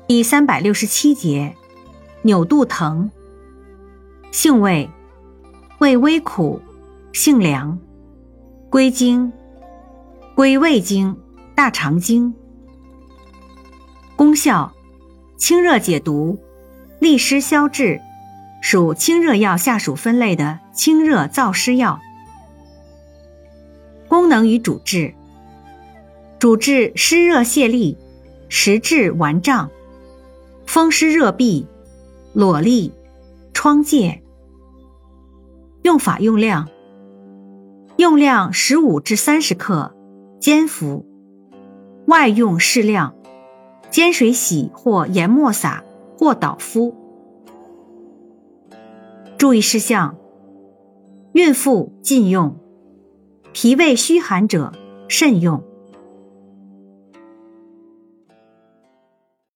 第367节，扭肚疼。性味，味微苦，性凉，归经，归胃经、大肠经。功效，清热解毒，利湿消滞，属清热药下属分类的清热燥湿药。功能与主治，主治湿热泄痢、实质顽胀、风湿热痹、瘰疬、疮疥。用法用量，用量15至30克，煎服，外用适量，煎水洗或研末撒或捣敷。注意事项，孕妇禁用，脾胃虚寒者慎用。